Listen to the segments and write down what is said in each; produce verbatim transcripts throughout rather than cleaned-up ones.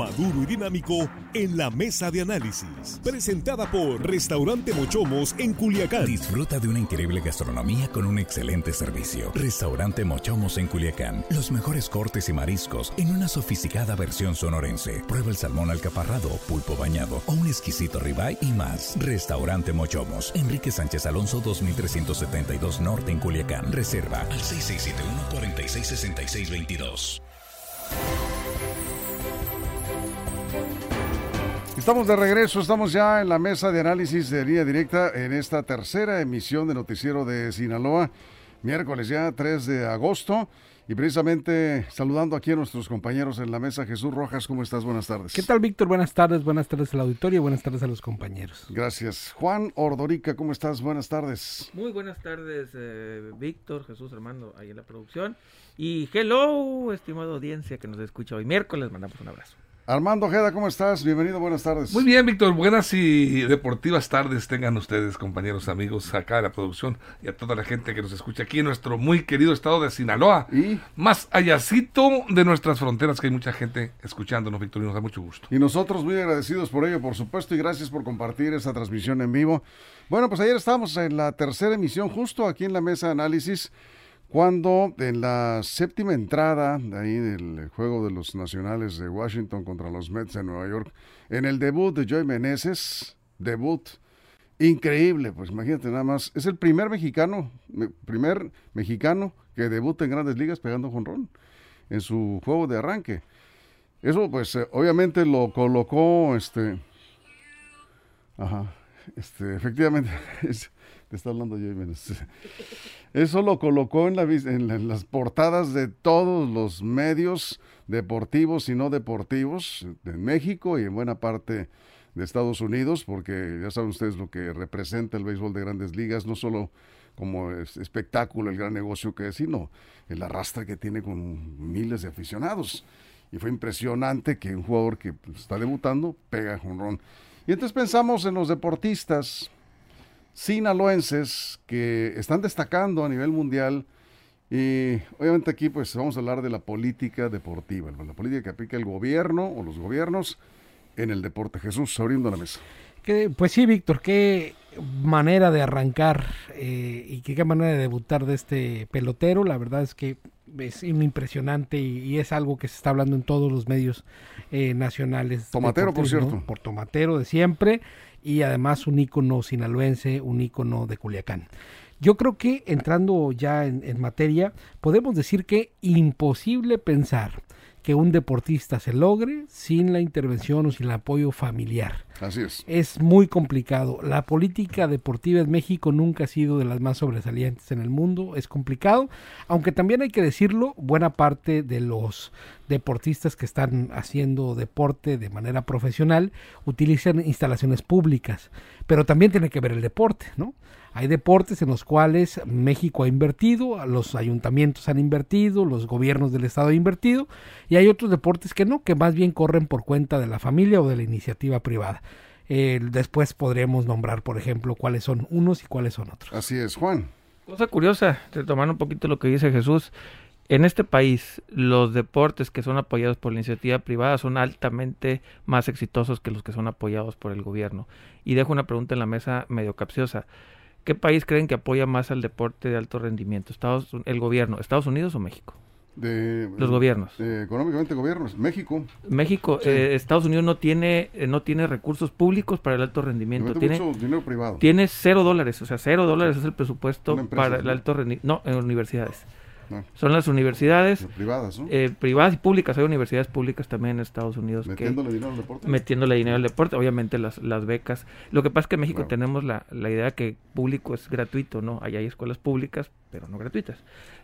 maduro y dinámico en la mesa de análisis. Presentada por Restaurante Mochomos en Culiacán. Disfruta de una increíble gastronomía con un excelente servicio. Restaurante Mochomos en Culiacán. Los mejores cortes y mariscos en una sofisticada versión sonorense. Prueba el salmón alcaparrado, pulpo bañado o un exquisito ribeye y más. Restaurante Mochomos. Enrique Sánchez Alonso dos mil trescientos setenta y dos Norte en Culiacán. Reserva al seis seis siete uno, cuatro seis, seis seis dos dos. Estamos de regreso, estamos ya en la mesa de análisis de Línea Directa en esta tercera emisión de Noticiero de Sinaloa, miércoles ya tres de agosto, y precisamente saludando aquí a nuestros compañeros en la mesa. Jesús Rojas, ¿cómo estás? Buenas tardes. ¿Qué tal, Víctor? Buenas tardes, buenas tardes al auditorio y buenas tardes a los compañeros. Gracias. Juan Ordorica, ¿cómo estás? Buenas tardes. Muy buenas tardes, eh, Víctor, Jesús, Armando, ahí en la producción. Y hello, estimada audiencia que nos escucha hoy miércoles, mandamos un abrazo. Armando Ojeda, ¿cómo estás? Bienvenido, buenas tardes. Muy bien, Víctor, buenas y deportivas tardes tengan ustedes, compañeros, amigos, acá de la producción y a toda la gente que nos escucha aquí en nuestro muy querido estado de Sinaloa. ¿Y? Más allácito de nuestras fronteras, que hay mucha gente escuchándonos, Víctor, y nos da mucho gusto. Y nosotros muy agradecidos por ello, por supuesto, y gracias por compartir esta transmisión en vivo. Bueno, pues ayer estábamos en la tercera emisión, justo aquí en la mesa de análisis, cuando en la séptima entrada de ahí del juego de los Nacionales de Washington contra los Mets de Nueva York, en el debut de Joey Meneses, debut increíble, pues imagínate nada más, es el primer mexicano, primer mexicano que debuta en Grandes Ligas pegando jonrón en su juego de arranque. Eso pues eh, obviamente lo colocó, este, ajá, este, efectivamente, es, te está hablando Joey Meneses. Eso lo colocó en, la, en, la, en las portadas de todos los medios deportivos y no deportivos de México y en buena parte de Estados Unidos, porque ya saben ustedes lo que representa el béisbol de Grandes Ligas, no solo como espectáculo, el gran negocio que es, sino el arrastre que tiene con miles de aficionados. Y fue impresionante que un jugador que pues, está debutando pega jonrón. Y entonces pensamos en los deportistas sinaloenses que están destacando a nivel mundial, y obviamente aquí pues vamos a hablar de la política deportiva, la política que aplica el gobierno o los gobiernos en el deporte. Jesús, abriendo la mesa. Que, pues sí, Víctor, qué manera de arrancar eh, y qué, qué manera de debutar de este pelotero. La verdad es que es impresionante y, y es algo que se está hablando en todos los medios eh, nacionales. Tomatero, por cierto. ¿No? Por Tomatero de siempre. Y además un ícono sinaloense, un ícono de Culiacán. Yo creo que entrando ya en, en materia, podemos decir que imposible pensar que un deportista se logre sin la intervención o sin el apoyo familiar. Así es. Es muy complicado. La política deportiva en México nunca ha sido de las más sobresalientes en el mundo. Es complicado, aunque también hay que decirlo, buena parte de los deportistas que están haciendo deporte de manera profesional utilizan instalaciones públicas, pero también tiene que ver el deporte, ¿no? Hay deportes en los cuales México ha invertido, los ayuntamientos han invertido, los gobiernos del estado han invertido, y hay otros deportes que no, que más bien corren por cuenta de la familia o de la iniciativa privada. Eh, después podremos nombrar, por ejemplo, cuáles son unos y cuáles son otros. Así es, Juan. Cosa curiosa, retomando un poquito lo que dice Jesús, en este país los deportes que son apoyados por la iniciativa privada son altamente más exitosos que los que son apoyados por el gobierno. Y dejo una pregunta en la mesa medio capciosa. ¿Qué país creen que apoya más al deporte de alto rendimiento? Estados, ¿El gobierno? ¿Estados Unidos o México? De, Los gobiernos. De, económicamente gobiernos. México. México, sí. eh, Estados Unidos no tiene eh, no tiene recursos públicos para el alto rendimiento. Tiene mucho dinero privado. Tiene cero dólares, o sea, cero dólares es el presupuesto para el alto rendimiento. No, en universidades. No. Son las universidades Pero privadas, ¿no? eh, privadas y públicas. Hay universidades públicas también en Estados Unidos metiéndole que, dinero al deporte. Metiéndole dinero al deporte, obviamente las, las becas. Lo que pasa es que en México Claro. tenemos la, la idea que público es gratuito, ¿no? Allá hay escuelas públicas, pero no gratuitas.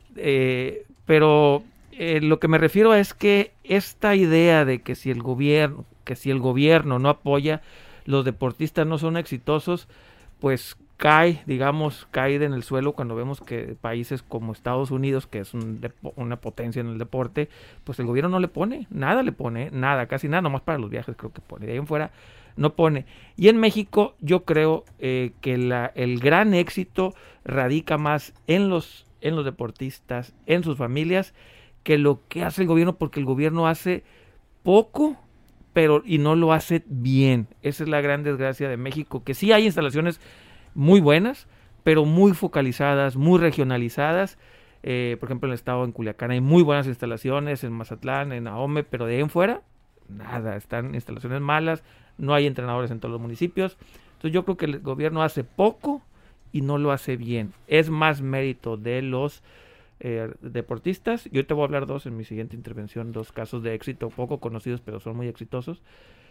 Eh, pero eh, lo que me refiero es que esta idea de que si el gobierno, que si el gobierno no apoya, los deportistas no son exitosos, pues cae, digamos, cae en el suelo cuando vemos que países como Estados Unidos, que es un depo- una potencia en el deporte, pues el gobierno no le pone, nada le pone, nada, casi nada, nomás para los viajes creo que pone, de ahí en fuera no pone. Y en México yo creo eh, que la, el gran éxito radica más en los, en los deportistas, en sus familias, que lo que hace el gobierno, porque el gobierno hace poco pero y no lo hace bien. Esa es la gran desgracia de México, que sí hay instalaciones muy buenas, pero muy focalizadas, muy regionalizadas. Eh, por ejemplo, en el estado, en Culiacán, hay muy buenas instalaciones, en Mazatlán, en Ahome, pero de ahí en fuera, nada, están instalaciones malas, no hay entrenadores en todos los municipios. Entonces yo creo que el gobierno hace poco y no lo hace bien. Es más mérito de los eh, deportistas. Yo te voy a hablar dos en mi siguiente intervención, dos casos de éxito, poco conocidos, pero son muy exitosos,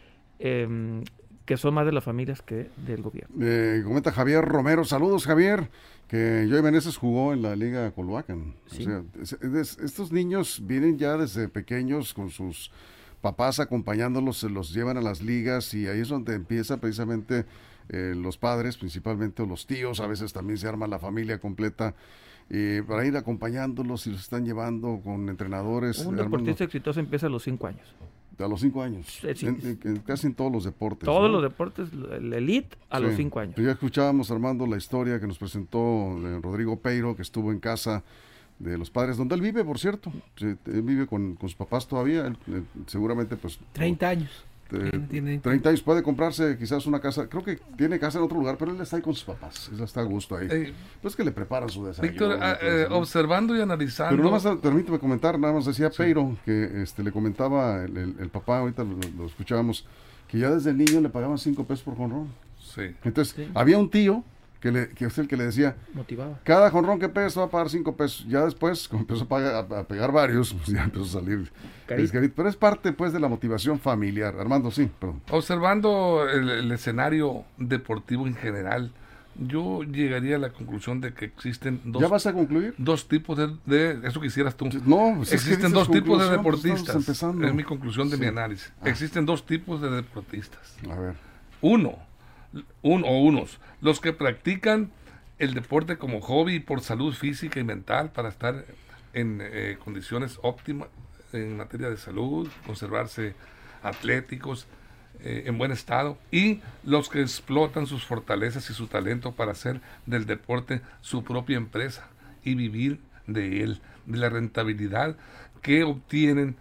eh, que son más de las familias que del gobierno. Eh, comenta Javier Romero, saludos Javier, que Joey Meneses jugó en la Liga Culhuacán. Sí. O sea, es, es, estos niños vienen ya desde pequeños con sus papás acompañándolos, se los llevan a las ligas y ahí es donde empieza precisamente eh, los padres, principalmente, o los tíos, a veces también se arma la familia completa eh, para ir acompañándolos y los están llevando con entrenadores. Un deportista exitoso empieza a los cinco años. A los cinco años, Sí, sí. en, en, en casi en todos los deportes. Todos ¿no? los deportes, el elite a Sí. los cinco años. Pues ya escuchábamos, Armando, la historia que nos presentó eh, Rodrigo Peiro, que estuvo en casa de los padres, donde él vive, por cierto. Sí, él vive con, con sus papás todavía, él, eh, seguramente pues... treinta años. eh, Tiene- tiene- treinta años, puede comprarse quizás una casa, creo que tiene casa en otro lugar, pero él está ahí con sus papás, él está a gusto ahí. Eh, Pues que le preparan su desayuno. Víctor, ah, y todo eh, eso, ¿no? observando y analizando. Pero nada más, permíteme comentar, nada más decía Peiro, que este le comentaba el, el- el papá, ahorita lo, lo escuchábamos, que ya desde niño le pagaban cinco pesos por jonrón. Sí. Entonces, Sí. había un tío que, le, que es el que le decía, Motivaba. cada jonrón que pegues te va a pagar cinco pesos. Ya después, como empezó a, pagar- a- a pegar varios, pues ya empezó a salir Carito. descarito. Pero es parte, pues, de la motivación familiar. Armando, sí, perdón. Observando el, el escenario deportivo en general, yo llegaría a la conclusión de que existen dos, ¿Ya vas a concluir? dos tipos de, de- eso quisieras tú. No, pues es que Existen dices dos tipos de conclusión, pues deportistas. estamos empezando. Es mi conclusión de Sí. mi análisis. Ah. Existen dos tipos de deportistas. A ver. Uno, un, o unos, los que practican el deporte como hobby por salud física y mental para estar en eh, condiciones óptimas en materia de salud, conservarse atléticos, eh, en buen estado, y los que explotan sus fortalezas y su talento para hacer del deporte su propia empresa y vivir de él, de la rentabilidad que obtienen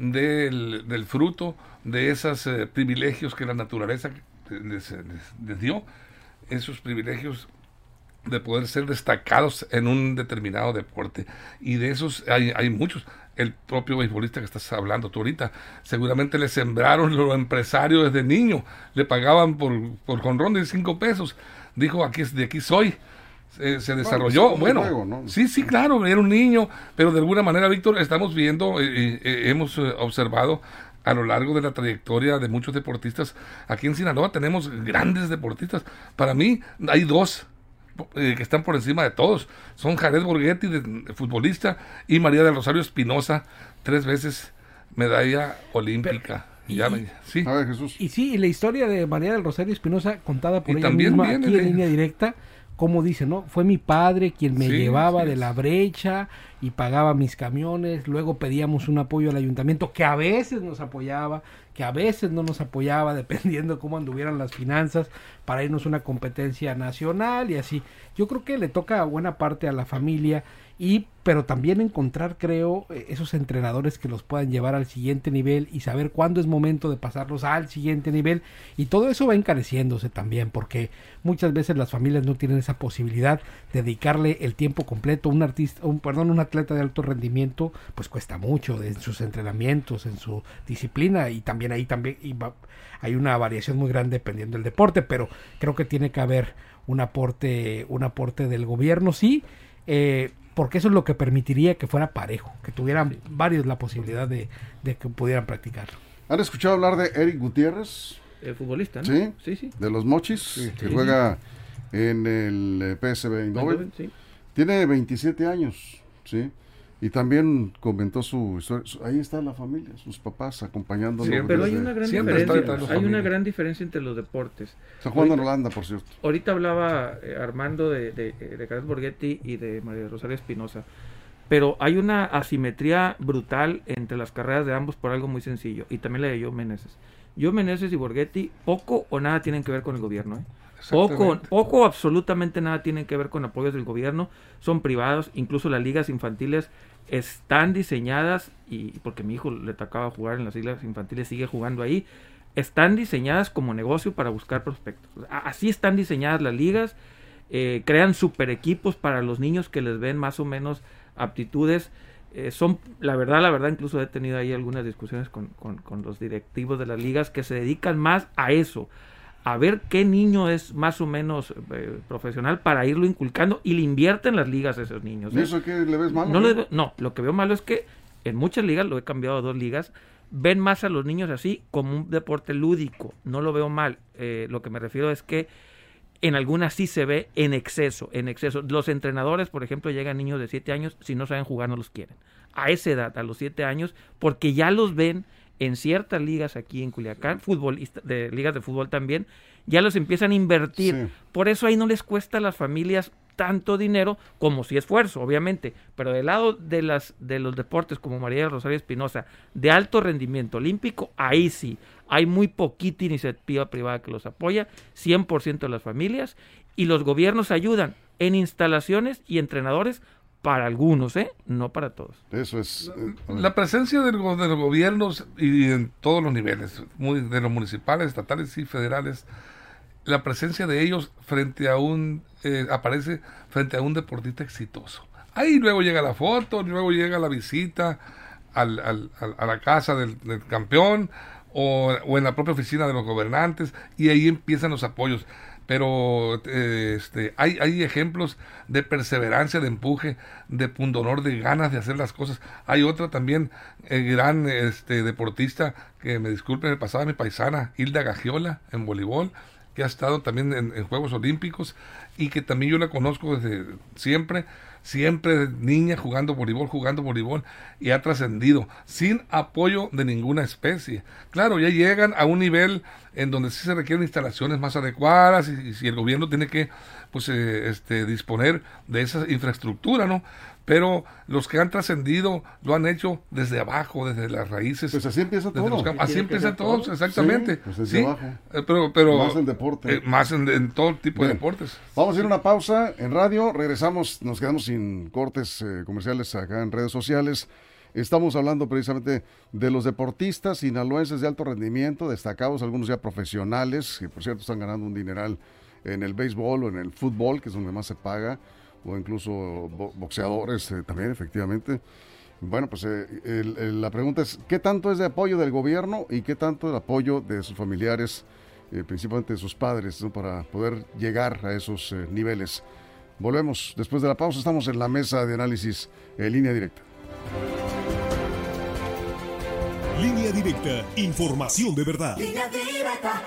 del, del fruto de esos eh, privilegios que la naturaleza les, les- les dio, esos privilegios de poder ser destacados en un determinado deporte. Y de esos hay, hay muchos. El propio beisbolista que estás hablando tú ahorita, seguramente le sembraron los empresarios desde niño, le pagaban por, por jonrón de cinco pesos. Dijo, aquí, de aquí soy. Se, se desarrolló, pues, bueno, un juego, ¿no? sí, sí, claro, era un niño, pero de alguna manera, Víctor, estamos viendo, eh, eh, hemos eh, observado a lo largo de la trayectoria de muchos deportistas. Aquí en Sinaloa tenemos grandes deportistas. Para mí hay dos eh, que están por encima de todos. Son Jared Borghetti, de, de futbolista, y María del Rosario Espinosa, tres veces medalla olímpica. Pero, Ya y- me- sí. A ver, Jesús. Y sí, y la historia de María del Rosario Espinosa, contada por Y ella también misma viene aquí en de- línea directa, como dice, ¿no? Fue mi padre quien me Sí, llevaba sí de es. la brecha y pagaba mis camiones, luego pedíamos un apoyo al ayuntamiento que a veces nos apoyaba, que a veces no nos apoyaba, dependiendo cómo anduvieran las finanzas, para irnos a una competencia nacional y así. Yo creo que le toca buena parte a la familia, y pero también encontrar, creo, eh, esos entrenadores que los puedan llevar al siguiente nivel y saber cuándo es momento de pasarlos al siguiente nivel, y todo eso va encareciéndose también, porque muchas veces las familias no tienen esa posibilidad de dedicarle el tiempo completo. Un artista, un perdón, un atleta de alto rendimiento, pues cuesta mucho en sus entrenamientos, en su disciplina, y también ahí también y va- hay una variación muy grande dependiendo del deporte, pero creo que tiene que haber un aporte, un aporte del gobierno, sí, eh, porque eso es lo que permitiría que fuera parejo, que tuvieran varios la posibilidad de, de que pudieran practicarlo. ¿Han escuchado hablar de Eric Gutiérrez? El futbolista, ¿no? Sí. Sí, sí. De los Mochis, que Sí. juega en el eh, P S V Eindhoven. Sí. Tiene veintisiete años, ¿sí? Y también comentó su historia. Su- Ahí está la familia, sus papás acompañándolo. Siempre, Pero hay desde- una gran Siempre está diferencia. detrás de Hay su una familia. gran diferencia entre los deportes. Está jugando en Ahorita- Holanda, por cierto. Ahorita hablaba eh, Armando de, de, de Jared Borghetti y de María del Rosario Espinosa, pero hay una asimetría brutal entre las carreras de ambos por algo muy sencillo, y también la de Joe Meneses. Joe Meneses y Borghetti poco o nada tienen que ver con el gobierno, ¿eh? Poco, poco, absolutamente nada tienen que ver con apoyos del gobierno, son privados, incluso las ligas infantiles están diseñadas, y porque mi hijo le tocaba jugar en las ligas infantiles, sigue jugando ahí, están diseñadas como negocio para buscar prospectos. Así están diseñadas las ligas, eh, crean super equipos para los niños que les ven más o menos aptitudes. Eh, son, la verdad, la verdad, incluso he tenido ahí algunas discusiones con, con, con los directivos de las ligas que se dedican más a eso, a ver qué niño es más o menos eh, profesional para irlo inculcando, y le invierten las ligas a esos niños. ¿Y ¿eh? eso qué le ves malo? No, le, no, lo que veo malo es que en muchas ligas, lo he cambiado a dos ligas, ven más a los niños así como un deporte lúdico. No lo veo mal. Eh, lo que me refiero es que en algunas sí se ve en exceso, en exceso. Los entrenadores, por ejemplo, llegan niños de siete años, si no saben jugar no los quieren. A esa edad, a los siete años, porque ya los ven en ciertas ligas aquí en Culiacán, futbolista, de ligas de fútbol también, ya los empiezan a invertir. Sí. Por eso ahí no les cuesta a las familias tanto dinero, como si esfuerzo, obviamente, pero del lado de las de los deportes como María del Rosario Espinosa, de alto rendimiento olímpico, ahí sí, hay muy poquita iniciativa privada que los apoya, cien por ciento de las familias, y los gobiernos ayudan en instalaciones y entrenadores para algunos, ¿eh? No para todos. Eso es... Eh, la presencia de los, de los gobiernos y en todos los niveles, muy, de los municipales, estatales y federales, la presencia de ellos frente a un eh, aparece frente a un deportista exitoso. Ahí luego llega la foto, luego llega la visita al, al, al, a la casa del, del campeón o, o en la propia oficina de los gobernantes, y ahí empiezan los apoyos. Pero eh, este, hay, hay ejemplos de perseverancia, de empuje, de pundonor, de ganas de hacer las cosas. Hay otra también, eh, gran este, deportista, que me disculpen el pasado, mi paisana, Hilda Gagiola, en voleibol, que ha estado también en, en Juegos Olímpicos, y que también yo la conozco desde siempre, siempre niña jugando voleibol, jugando voleibol, y ha trascendido, sin apoyo de ninguna especie. Claro, ya llegan a un nivel en donde sí se requieren instalaciones más adecuadas, y, y si el gobierno tiene que pues eh, este, disponer de esa infraestructura, ¿no? Pero los que han trascendido lo han hecho desde abajo, desde las raíces. Pues así empieza todo. Así empieza todo, todo, exactamente. Sí, pues desde sí, abajo. Eh, pero, pero, más en deporte. Eh, más en, en todo tipo Bien. de deportes. Vamos a ir a una pausa en radio, regresamos, nos quedamos sin cortes eh, comerciales acá en redes sociales. Estamos hablando precisamente de los deportistas sinaloenses de alto rendimiento, destacados, algunos ya profesionales, que por cierto están ganando un dineral en el béisbol o en el fútbol, que es donde más se paga, o incluso bo- boxeadores eh, también, efectivamente. Bueno, pues eh, el, el, la pregunta es, ¿qué tanto es de apoyo del gobierno y qué tanto de apoyo de sus familiares, eh, principalmente de sus padres, ¿no? Para poder llegar a esos eh, niveles? Volvemos después de la pausa, estamos en la mesa de análisis en línea directa. Línea directa, información de verdad. Línea directa.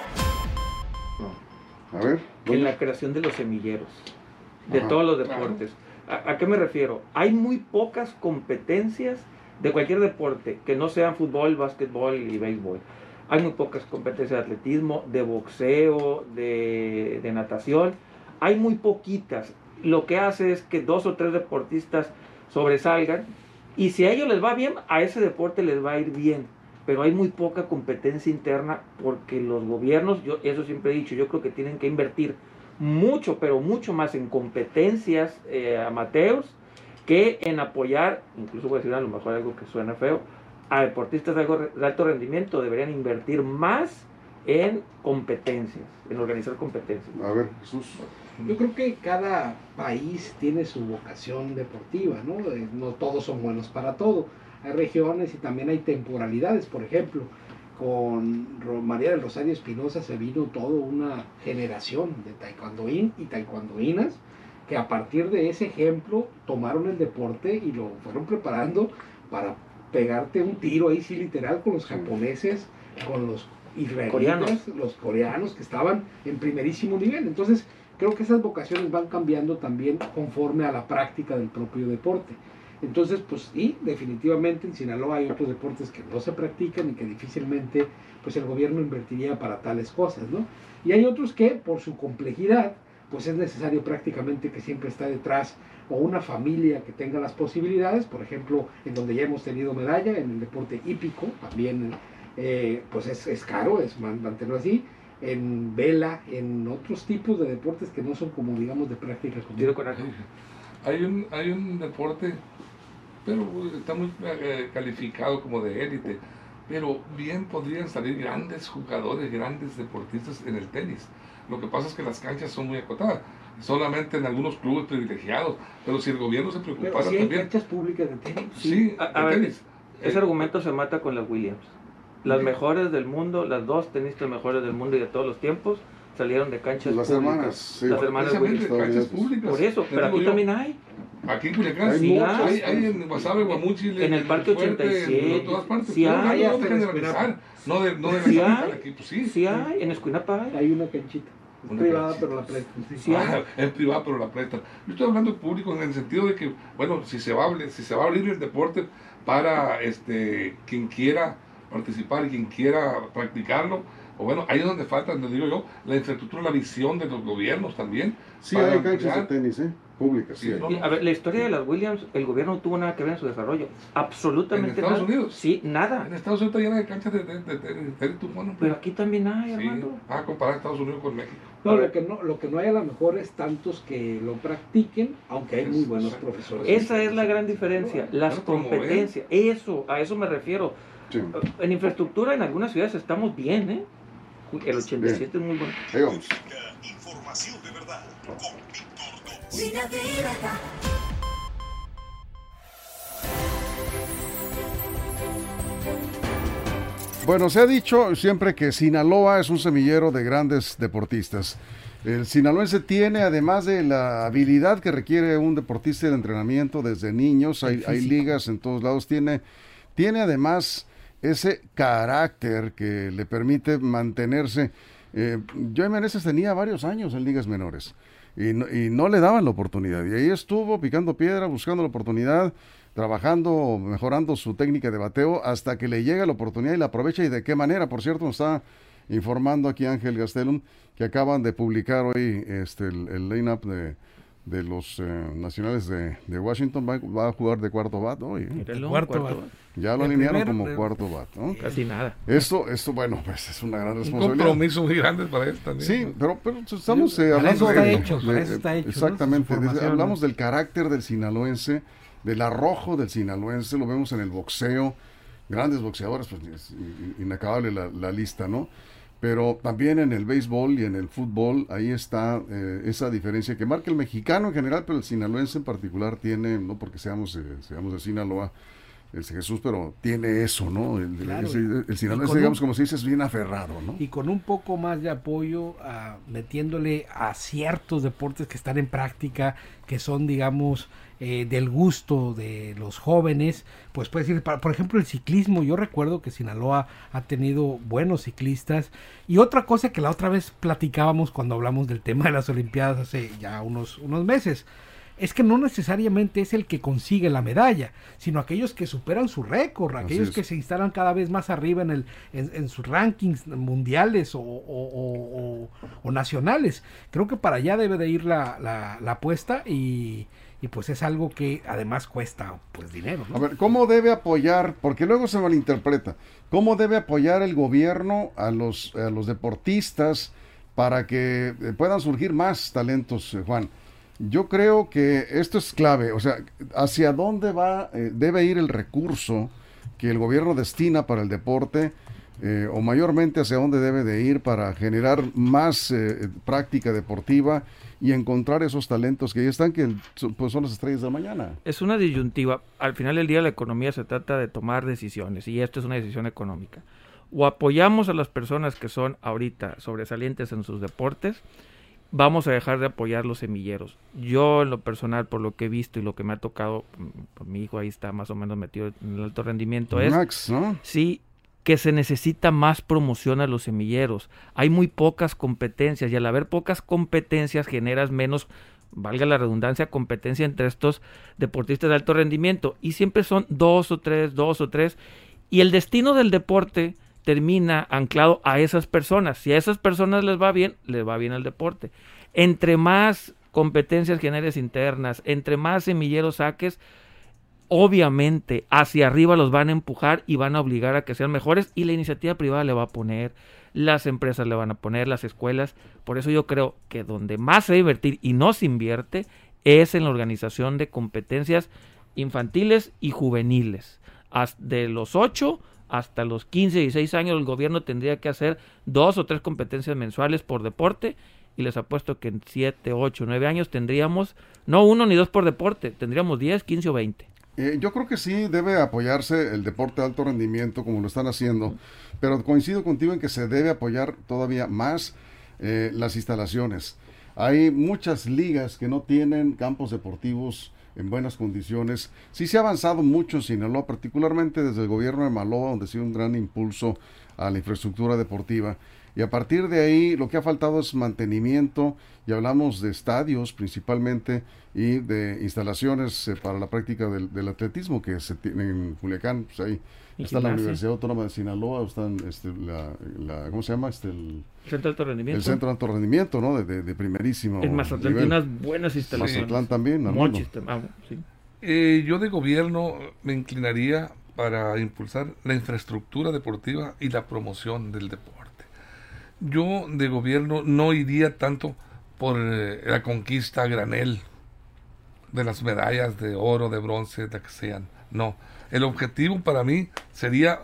A ver. En la creación de los semilleros, de Ajá. todos los deportes. ¿A, ¿A qué me refiero? Hay muy pocas competencias de cualquier deporte, que no sean fútbol, básquetbol y béisbol. Hay muy pocas competencias de atletismo, de boxeo, de, de natación. Hay muy poquitas. Lo que hace es que dos o tres deportistas sobresalgan, y si a ellos les va bien, a ese deporte les va a ir bien. Pero hay muy poca competencia interna, porque los gobiernos, yo eso siempre he dicho, yo creo que tienen que invertir mucho, pero mucho más en competencias eh, amateurs que en apoyar, incluso voy a decir a lo mejor algo que suena feo, a deportistas de, algo, de alto rendimiento. Deberían invertir más en competencias, en organizar competencias. A ver, Jesús. Yo creo que cada país tiene su vocación deportiva, ¿no? Eh, no todos son buenos para todo. Hay regiones y también hay temporalidades. Por ejemplo, con María del Rosario Espinosa se vino toda una generación de taekwondoín y taekwondoínas que a partir de ese ejemplo tomaron el deporte y lo fueron preparando para pegarte un tiro ahí sí literal con los japoneses, con los israelitas, Coreanos. los coreanos que estaban en primerísimo nivel. Entonces creo que esas vocaciones van cambiando también conforme a la práctica del propio deporte. Entonces, pues, y definitivamente en Sinaloa hay otros deportes que no se practican y que difícilmente, pues, el gobierno invertiría para tales cosas, ¿no? Y hay otros que, por su complejidad, pues es necesario prácticamente que siempre está detrás o una familia que tenga las posibilidades, por ejemplo, en donde ya hemos tenido medalla, en el deporte hípico, también, eh, pues es, es caro, es mantenerlo así, en vela, en otros tipos de deportes que no son como, digamos, de práctica común. Tiro con arco. Hay un, hay un deporte, pero está muy eh, calificado como de élite, pero bien podrían salir grandes jugadores, grandes deportistas en el tenis. Lo que pasa es que las canchas son muy acotadas, solamente en algunos clubes privilegiados, pero si el gobierno se preocupara Pero sí hay también... canchas públicas de tenis. Sí, A, a de ver, tenis. ese Eh, argumento se mata con las Williams. Las mejores del mundo, las dos tenistas mejores del mundo y de todos los tiempos, salieron de canchas Las públicas. hermanas, sí. Las hermanas precisamente Williams. canchas públicas. Por eso, Te pero digo aquí yo, también hay. Aquí en Culiacán, Hay sí, muchas. hay, hay en Guasave, Guamuchil, En el Parque Fuerte, ochenta y siete, en todas partes. sí Pero hay, no hasta de en generalizar, no de, no de Sí la hay. capital aquí, pues sí. Sí hay, en Escuinapa hay. Hay una canchita. Es Una privada, canchita. pero la prestan. Sí. Sí. Ah, es privada, pero la prestan. Yo estoy hablando público en el sentido de que, bueno, si se va a, abrir- si se va a abrir el deporte para este quien quiera participar y quien quiera practicarlo, o bueno, ahí es donde falta, donde digo yo, la infraestructura, la visión de los gobiernos también. Sí, para hay canchas de ampliar. tenis, ¿eh? Públicas, sí. Sí, hay. no, Y, a ver, la historia de las Williams, el gobierno no tuvo nada que ver en su desarrollo. Absolutamente ¿En Estados nada. Unidos? Sí, nada. En Estados Unidos está llena de canchas de tenis, de, de, de tenis tumbado, Pero aquí también hay, sí. Armando. Ah, comparar Estados Unidos con México. No, lo que no, lo que no hay a lo mejor es tantos que lo practiquen, aunque hay muy buenos profesores. Esa es la gran diferencia, las Claro, promover. competencias. Eso, a eso me refiero. Sí. En infraestructura en algunas ciudades estamos bien, ¿eh? El ochenta y siete es muy bueno. Ahí vamos. Información de verdad con Víctor Gómez. Línea directa. Bueno, se ha dicho siempre que Sinaloa es un semillero de grandes deportistas. El sinaloense tiene, además de la habilidad que requiere un deportista de entrenamiento desde niños, hay, hay ligas en todos lados, tiene, tiene además ese carácter que le permite mantenerse. Eh, Joey Meneses tenía varios años en ligas menores y no, y no le daban la oportunidad. Y ahí estuvo picando piedra, buscando la oportunidad, trabajando, mejorando su técnica de bateo hasta que le llega la oportunidad y la aprovecha. ¿Y de qué manera? Por cierto, nos está informando aquí Ángel Gastelum que acaban de publicar hoy este el, el line-up de, de los eh, nacionales de, de Washington. Va, va a jugar de cuarto bat hoy. ¿eh? Míralo, Cuarto, cuarto, Ya lo el alinearon primer- como el- cuarto bat, ¿no? casi nada. Esto, esto, bueno, pues es una gran Un responsabilidad. compromiso muy grande para él también. Sí, pero, pero estamos eh, Para hablando eso está de, hecho, para de- eso está hecho, ¿no? exactamente, Su de- formación, hablamos ¿no? del carácter del sinaloense, del arrojo del sinaloense, lo vemos en el boxeo, grandes boxeadores, pues es in- inacabable la, la lista, ¿no? Pero también en el béisbol y en el fútbol, ahí está eh, esa diferencia que marca el mexicano en general, pero el sinaloense en particular tiene, no porque seamos, eh, seamos de Sinaloa, el Jesús, pero tiene eso, ¿no? El, Claro. ese- el Y sinaloense, con digamos, un- como se dice, es bien aferrado, ¿no? Y con un poco más de apoyo, ah, metiéndole a ciertos deportes que están en práctica, que son, digamos, eh, del gusto de los jóvenes, pues puedes decir, pa- por ejemplo, el ciclismo. Yo recuerdo que Sinaloa ha tenido buenos ciclistas. Y otra cosa que la otra vez platicábamos cuando hablamos del tema de las Olimpiadas hace ya unos, unos meses, es que no necesariamente es el que consigue la medalla, sino aquellos que superan su récord, Así aquellos es. que se instalan cada vez más arriba en, el, en, en sus rankings mundiales o, o- o- o- o nacionales. Creo que para allá debe de ir la, la, la apuesta y, y pues es algo que además cuesta pues dinero, ¿no? A ver, ¿cómo debe apoyar? Porque luego se malinterpreta. ¿Cómo debe apoyar el gobierno a los, a los deportistas para que eh, puedan surgir más talentos, eh, Juan? Yo creo que esto es clave. O sea, ¿hacia dónde va, eh, debe ir el recurso que el gobierno destina para el deporte? Eh, o mayormente hacia dónde debe de ir para generar más eh, práctica deportiva y encontrar esos talentos que ya están, que son, pues son las estrellas de la mañana. Es una disyuntiva. Al final del día la economía se trata de tomar decisiones y esto es una decisión económica. O apoyamos a las personas que son ahorita sobresalientes en sus deportes, vamos a dejar de apoyar los semilleros. Yo en lo personal, por lo que he visto y lo que me ha tocado, pues, mi hijo ahí está más o menos metido en el alto rendimiento, es Max, ¿no? sí que se necesita más promoción a los semilleros. Hay muy pocas competencias y al haber pocas competencias generas menos, valga la redundancia, competencia entre estos deportistas de alto rendimiento. Y siempre son dos o tres, dos o tres. Y el destino del deporte termina anclado a esas personas. Si a esas personas les va bien, les va bien el deporte. Entre más competencias generes internas, entre más semilleros saques, obviamente hacia arriba los van a empujar y van a obligar a que sean mejores y la iniciativa privada le va a poner. las empresas le van a poner, las escuelas. Por eso yo creo que donde más se debe invertir y no se invierte es en la organización de competencias infantiles y juveniles. De los ocho hasta los quince, dieciséis años el gobierno tendría que hacer dos o tres competencias mensuales por deporte, y les apuesto que en siete, ocho, nueve años tendríamos no uno ni dos por deporte, tendríamos diez, quince o veinte. Eh, yo creo que sí debe apoyarse el deporte de alto rendimiento como lo están haciendo, pero coincido contigo en que se debe apoyar todavía más eh, las instalaciones. Hay muchas ligas que no tienen campos deportivos en buenas condiciones. Sí se ha avanzado mucho en Sinaloa, particularmente desde el gobierno de Maloba, donde ha sido un gran impulso a la infraestructura deportiva. Y a partir de ahí lo que ha faltado es mantenimiento, y hablamos de estadios principalmente y de instalaciones eh, para la práctica del, del atletismo que se tiene en Culiacán. Pues ahí está la Universidad Autónoma de Sinaloa, están este, la, la, ¿cómo se llama? Este, el Centro de Alto Rendimiento. El Centro de Alto Rendimiento, ¿no? De, de, de primerísimo En Mazatlán tiene unas buenas instalaciones. Mazatlán también, ¿no? Mochis, ah, sí. eh, yo de gobierno me inclinaría para impulsar la infraestructura deportiva y la promoción del deporte. Yo de gobierno no iría tanto por eh, la conquista a granel de las medallas de oro, de bronce, de que sean. No, el objetivo para mí sería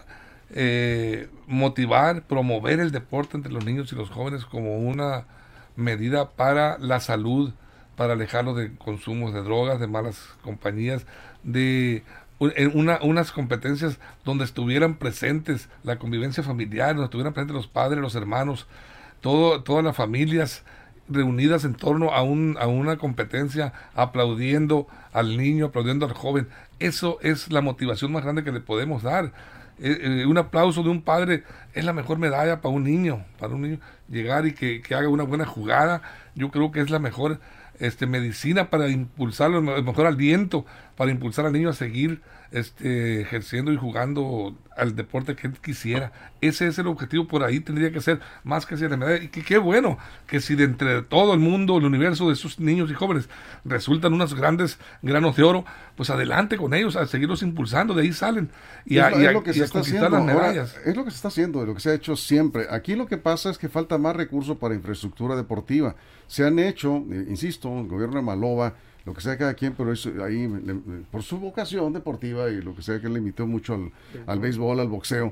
eh, motivar, promover el deporte entre los niños y los jóvenes como una medida para la salud, para alejarlos de consumos de drogas, de malas compañías, de una, unas competencias donde estuvieran presentes la convivencia familiar, donde estuvieran presentes los padres, los hermanos, todo, todas las familias reunidas en torno a, un, a una competencia, aplaudiendo al niño, aplaudiendo al joven. Eso es la motivación más grande que le podemos dar. Eh, eh, un aplauso de un padre es la mejor medalla para un niño, para un niño llegar y que, que haga una buena jugada. Yo creo que es la mejor este, medicina para impulsarlo, el mejor aliento para impulsar al niño a seguir este, ejerciendo y jugando al deporte que él quisiera. Ese es el objetivo, por ahí tendría que ser más que si la medalla. Y que qué bueno que si de entre todo el mundo, el universo de esos niños y jóvenes resultan unos grandes granos de oro, pues adelante con ellos, a seguirlos impulsando, de ahí salen y a, es, y es a, lo que y se a está conquistar haciendo las medallas. ahora, es lo que se está haciendo, de lo que se ha hecho siempre. Aquí lo que pasa es que falta más recursos para infraestructura deportiva. Se han hecho, eh, insisto, el gobierno de Maloba, lo que sea cada quien, pero eso, ahí le, por su vocación deportiva y lo que sea que le limitó mucho al, al béisbol, al boxeo,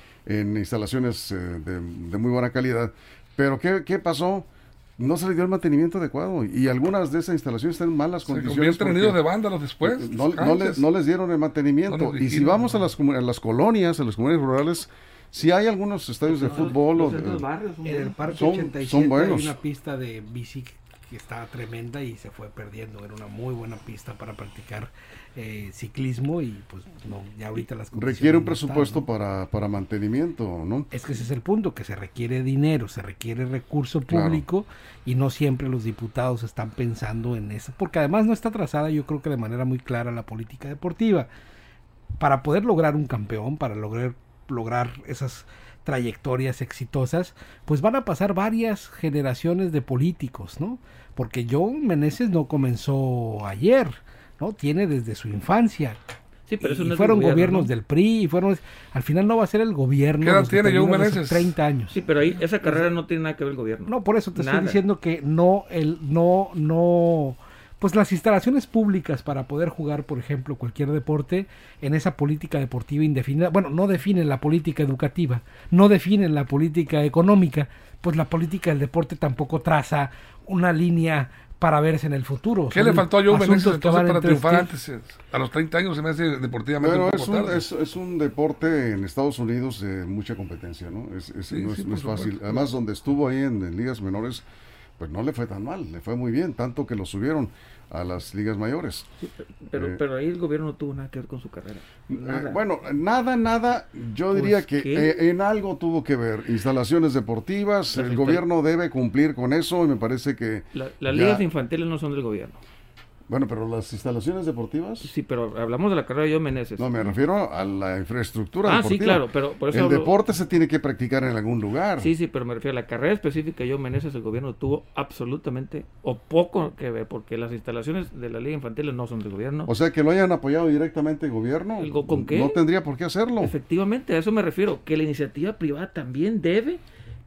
en instalaciones eh, de, de muy buena calidad. Pero ¿qué, qué pasó? No se le dio el mantenimiento adecuado y algunas de esas instalaciones están en malas Se condiciones. convierten en nidos de vándalos después. No, no, le, no les dieron el mantenimiento. No y si vamos a las, a las colonias, a las comunidades rurales, si hay algunos estadios de fútbol o, en el Parque son, ochenta y siete son buenos. hay una pista de bici que está tremenda y se fue perdiendo. Era una muy buena pista para practicar eh, ciclismo y pues no, ya ahorita las condiciones requiere un no están, presupuesto ¿no? para, para mantenimiento, ¿no? Es que ese es el punto, que se requiere dinero, se requiere recurso público, claro. Y no siempre los diputados están pensando en eso, porque además no está trazada, yo creo que de manera muy clara, la política deportiva. Para poder lograr un campeón, para lograr, lograr esas trayectorias exitosas, pues van a pasar varias generaciones de políticos, ¿no? Porque Joe Meneses no comenzó ayer, ¿no? Tiene desde su infancia. Sí, pero eso y no es fueron gobierno, gobiernos ¿no? del P R I, y fueron, al final no va a ser el gobierno. ¿Qué edad tiene Joe Meneses? treinta años. Sí, pero ahí esa carrera no tiene nada que ver el gobierno. No, por eso te Nada. estoy diciendo que no, el, no, no, pues las instalaciones públicas para poder jugar, por ejemplo, cualquier deporte, en esa política deportiva indefinida, bueno, no definen la política educativa, no definen la política económica, pues la política del deporte tampoco traza una línea para verse en el futuro. ¿Qué Son le faltó a Joe Meneses asuntos que entonces van para entre triunfar usted- antes? A los treinta años se me hace deportivamente Pero un es poco un, tarde. es, es un deporte en Estados Unidos de mucha competencia, ¿no? Es, es- Sí, no es, sí, no por es fácil. supuesto. Además, donde estuvo ahí en, en ligas menores, pues no le fue tan mal, le fue muy bien, tanto que lo subieron a las ligas mayores. Sí, pero, Eh, pero ahí el gobierno no tuvo nada que ver con su carrera. Nada. Eh, bueno, nada, nada, yo Pues, diría que ¿qué? eh, en algo tuvo que ver. Instalaciones deportivas, Las el insta- gobierno debe cumplir con eso y me parece que... La- las ya- ligas infantiles no son del gobierno. Bueno, pero las instalaciones deportivas... Sí, pero hablamos de la carrera de Joe Meneses. No, me refiero a la infraestructura Ah, deportiva. sí, claro, pero por eso El hablo- deporte se tiene que practicar en algún lugar. Sí, sí, pero me refiero a la carrera específica de Joe Meneses, el gobierno tuvo absolutamente o poco que ver, porque las instalaciones de la liga infantil no son del gobierno. O sea, que lo hayan apoyado directamente el gobierno, ¿El go- con qué? no tendría por qué hacerlo. Efectivamente, a eso me refiero, que la iniciativa privada también debe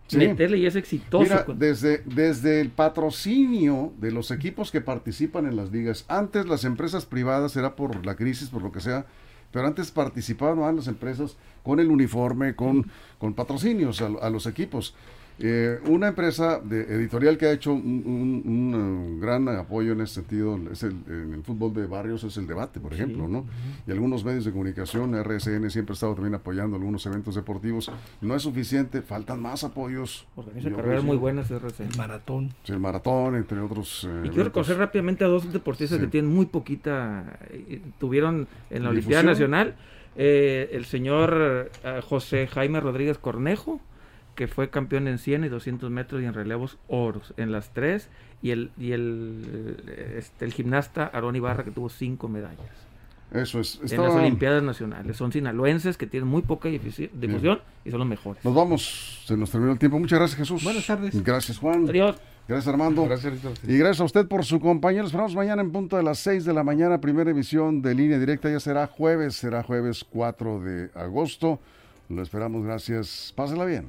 Sí. meterle y es exitoso. Mira, con- desde, desde el patrocinio de los equipos que participan en las ligas, antes las empresas privadas, era por la crisis, por lo que sea, pero antes participaban más las empresas con el uniforme, con, con patrocinios a, a los equipos. Eh, una empresa de editorial que ha hecho un, un- un, uh, gran apoyo en ese sentido es el, en el fútbol de barrios, es el Debate, por ejemplo, ¿no? Y algunos medios de comunicación, R S N siempre ha estado también apoyando algunos eventos deportivos. No es suficiente, faltan más apoyos. Organiza Yo carreras creo, muy sí. buenas de R C. El maratón. Sí, el maratón, entre otros. eh, Y quiero eventos. reconocer rápidamente a dos deportistas Sí. que tienen muy poquita, eh, tuvieron en la Olimpiada Difusión. Nacional, eh, el señor eh, José Jaime Rodríguez Cornejo, que fue campeón en cien y doscientos metros y en relevos oros, en las tres, y el y el, eh, este, el gimnasta Aarón Ibarra, que tuvo cinco medallas Eso es. en Estaba- las Olimpiadas Nacionales. Son sinaloenses que tienen muy poca difusi- difusión y son los mejores. Nos vamos, se nos terminó el tiempo. Muchas gracias, Jesús. Buenas tardes. Gracias, Juan. Adiós. Gracias, Armando. Gracias, Ricardo. Y gracias a usted por su compañía. Nos esperamos mañana en punto de las seis de la mañana. Primera emisión de Línea Directa. Ya será jueves, será jueves cuatro de agosto. Lo esperamos, gracias. Pásela bien.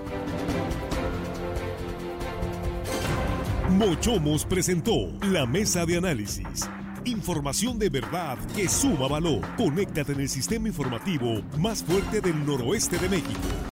Mochomos presentó la mesa de análisis. Información de verdad que suma valor. Conéctate en el sistema informativo más fuerte del noroeste de México.